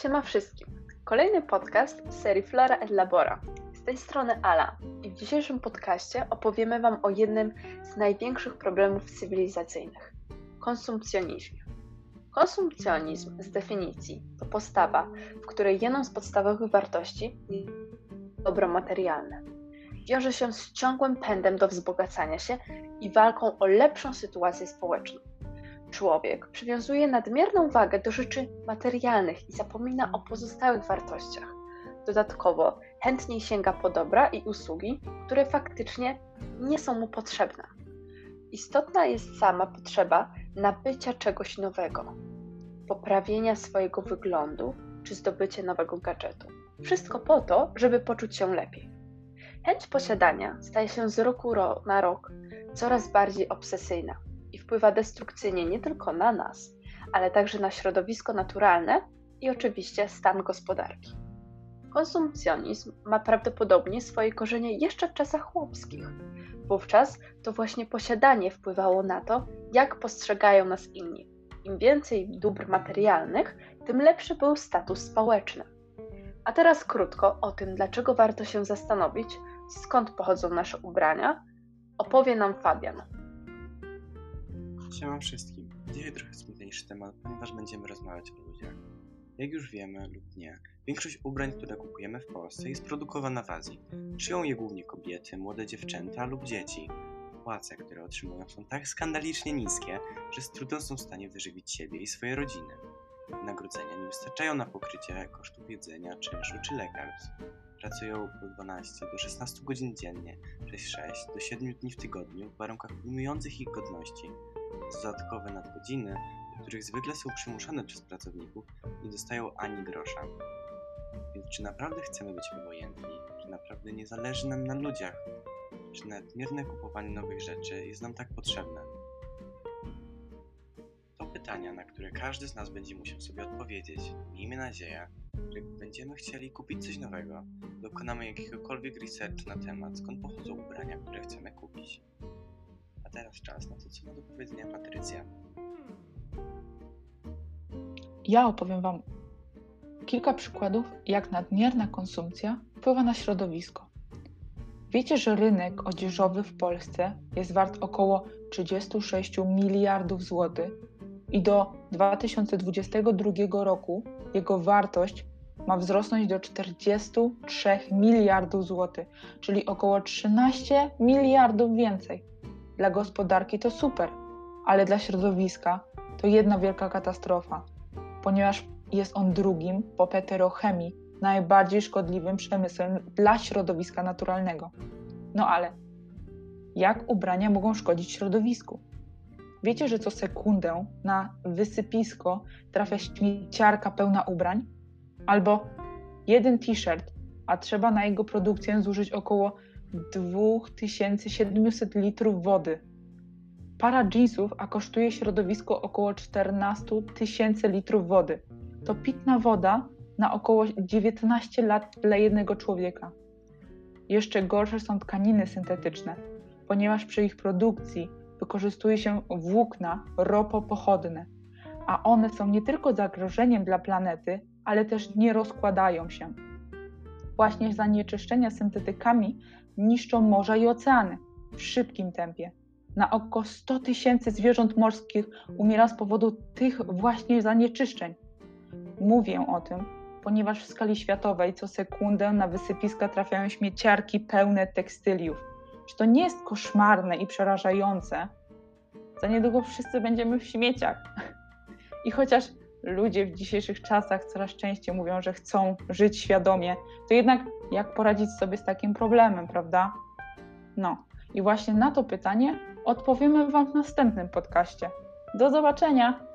Siema wszystkim. Kolejny podcast z serii Flora et Labora. Z tej strony Ala i w dzisiejszym podcaście opowiemy Wam o jednym z największych problemów cywilizacyjnych – konsumpcjonizmie. Konsumpcjonizm z definicji to postawa, w której jedną z podstawowych wartości jest dobro materialne. Wiąże się z ciągłym pędem do wzbogacania się i walką o lepszą sytuację społeczną. Człowiek przywiązuje nadmierną wagę do rzeczy materialnych i zapomina o pozostałych wartościach. Dodatkowo chętniej sięga po dobra i usługi, które faktycznie nie są mu potrzebne. Istotna jest sama potrzeba nabycia czegoś nowego, poprawienia swojego wyglądu czy zdobycia nowego gadżetu. Wszystko po to, żeby poczuć się lepiej. Chęć posiadania staje się z roku na rok coraz bardziej obsesyjna i wpływa destrukcyjnie nie tylko na nas, ale także na środowisko naturalne i oczywiście stan gospodarki. Konsumpcjonizm ma prawdopodobnie swoje korzenie jeszcze w czasach chłopskich. Wówczas to właśnie posiadanie wpływało na to, jak postrzegają nas inni. Im więcej dóbr materialnych, tym lepszy był status społeczny. A teraz krótko o tym, dlaczego warto się zastanowić, skąd pochodzą nasze ubrania, opowie nam Fabian. Siema wszystkim. Dzisiaj trochę smutniejszy temat, ponieważ będziemy rozmawiać o ludziach. Jak już wiemy lub nie, większość ubrań, które kupujemy w Polsce jest produkowana w Azji. Szyją je głównie kobiety, młode dziewczęta lub dzieci. Płace, które otrzymują, są tak skandalicznie niskie, że z trudem są w stanie wyżywić siebie i swoje rodziny. Wynagrodzenia nie wystarczają na pokrycie kosztów jedzenia, czynszu czy lekarstw. Pracują po 12 do 16 godzin dziennie, przez 6 do 7 dni w tygodniu w warunkach ujmujących ich godności. Dodatkowe nadgodziny, do których zwykle są przymuszane przez pracowników, nie dostają ani grosza. Więc czy naprawdę chcemy być obojętni? Czy naprawdę nie zależy nam na ludziach? Czy nadmierne kupowanie nowych rzeczy jest nam tak potrzebne? To pytania, na które każdy z nas będzie musiał sobie odpowiedzieć. Miejmy nadzieję, że jak będziemy chcieli kupić coś nowego, dokonamy jakiegokolwiek researchu na temat, skąd pochodzą ubrania, które chcemy kupić. A teraz czas na to, co ma do powiedzenia Patrycja. Ja opowiem Wam kilka przykładów, jak nadmierna konsumpcja wpływa na środowisko. Wiecie, że rynek odzieżowy w Polsce jest wart około 36 miliardów złotych i do 2022 roku jego wartość ma wzrosnąć do 43 miliardów złotych, czyli około 13 miliardów więcej. Dla gospodarki to super, ale dla środowiska to jedna wielka katastrofa, ponieważ jest on drugim po petrochemii najbardziej szkodliwym przemysłem dla środowiska naturalnego. No ale jak ubrania mogą szkodzić środowisku? Wiecie, że co sekundę na wysypisko trafia śmieciarka pełna ubrań? Albo jeden t-shirt, a trzeba na jego produkcję zużyć około 2700 litrów wody. Para jeansów, a kosztuje środowisko około 14 tysięcy litrów wody. To pitna woda na około 19 lat dla jednego człowieka. Jeszcze gorsze są tkaniny syntetyczne, ponieważ przy ich produkcji wykorzystuje się włókna ropopochodne, a one są nie tylko zagrożeniem dla planety, ale też nie rozkładają się. Właśnie zanieczyszczenia syntetykami niszczą morza i oceany w szybkim tempie. Na oko 100 tysięcy zwierząt morskich umiera z powodu tych właśnie zanieczyszczeń. Mówię o tym, ponieważ w skali światowej co sekundę na wysypiska trafiają śmieciarki pełne tekstyliów. Czy to nie jest koszmarne i przerażające? Za niedługo wszyscy będziemy w śmieciach. I chociaż ludzie w dzisiejszych czasach coraz częściej mówią, że chcą żyć świadomie, to jednak jak poradzić sobie z takim problemem, prawda? No i właśnie na to pytanie odpowiemy Wam w następnym podcaście. Do zobaczenia!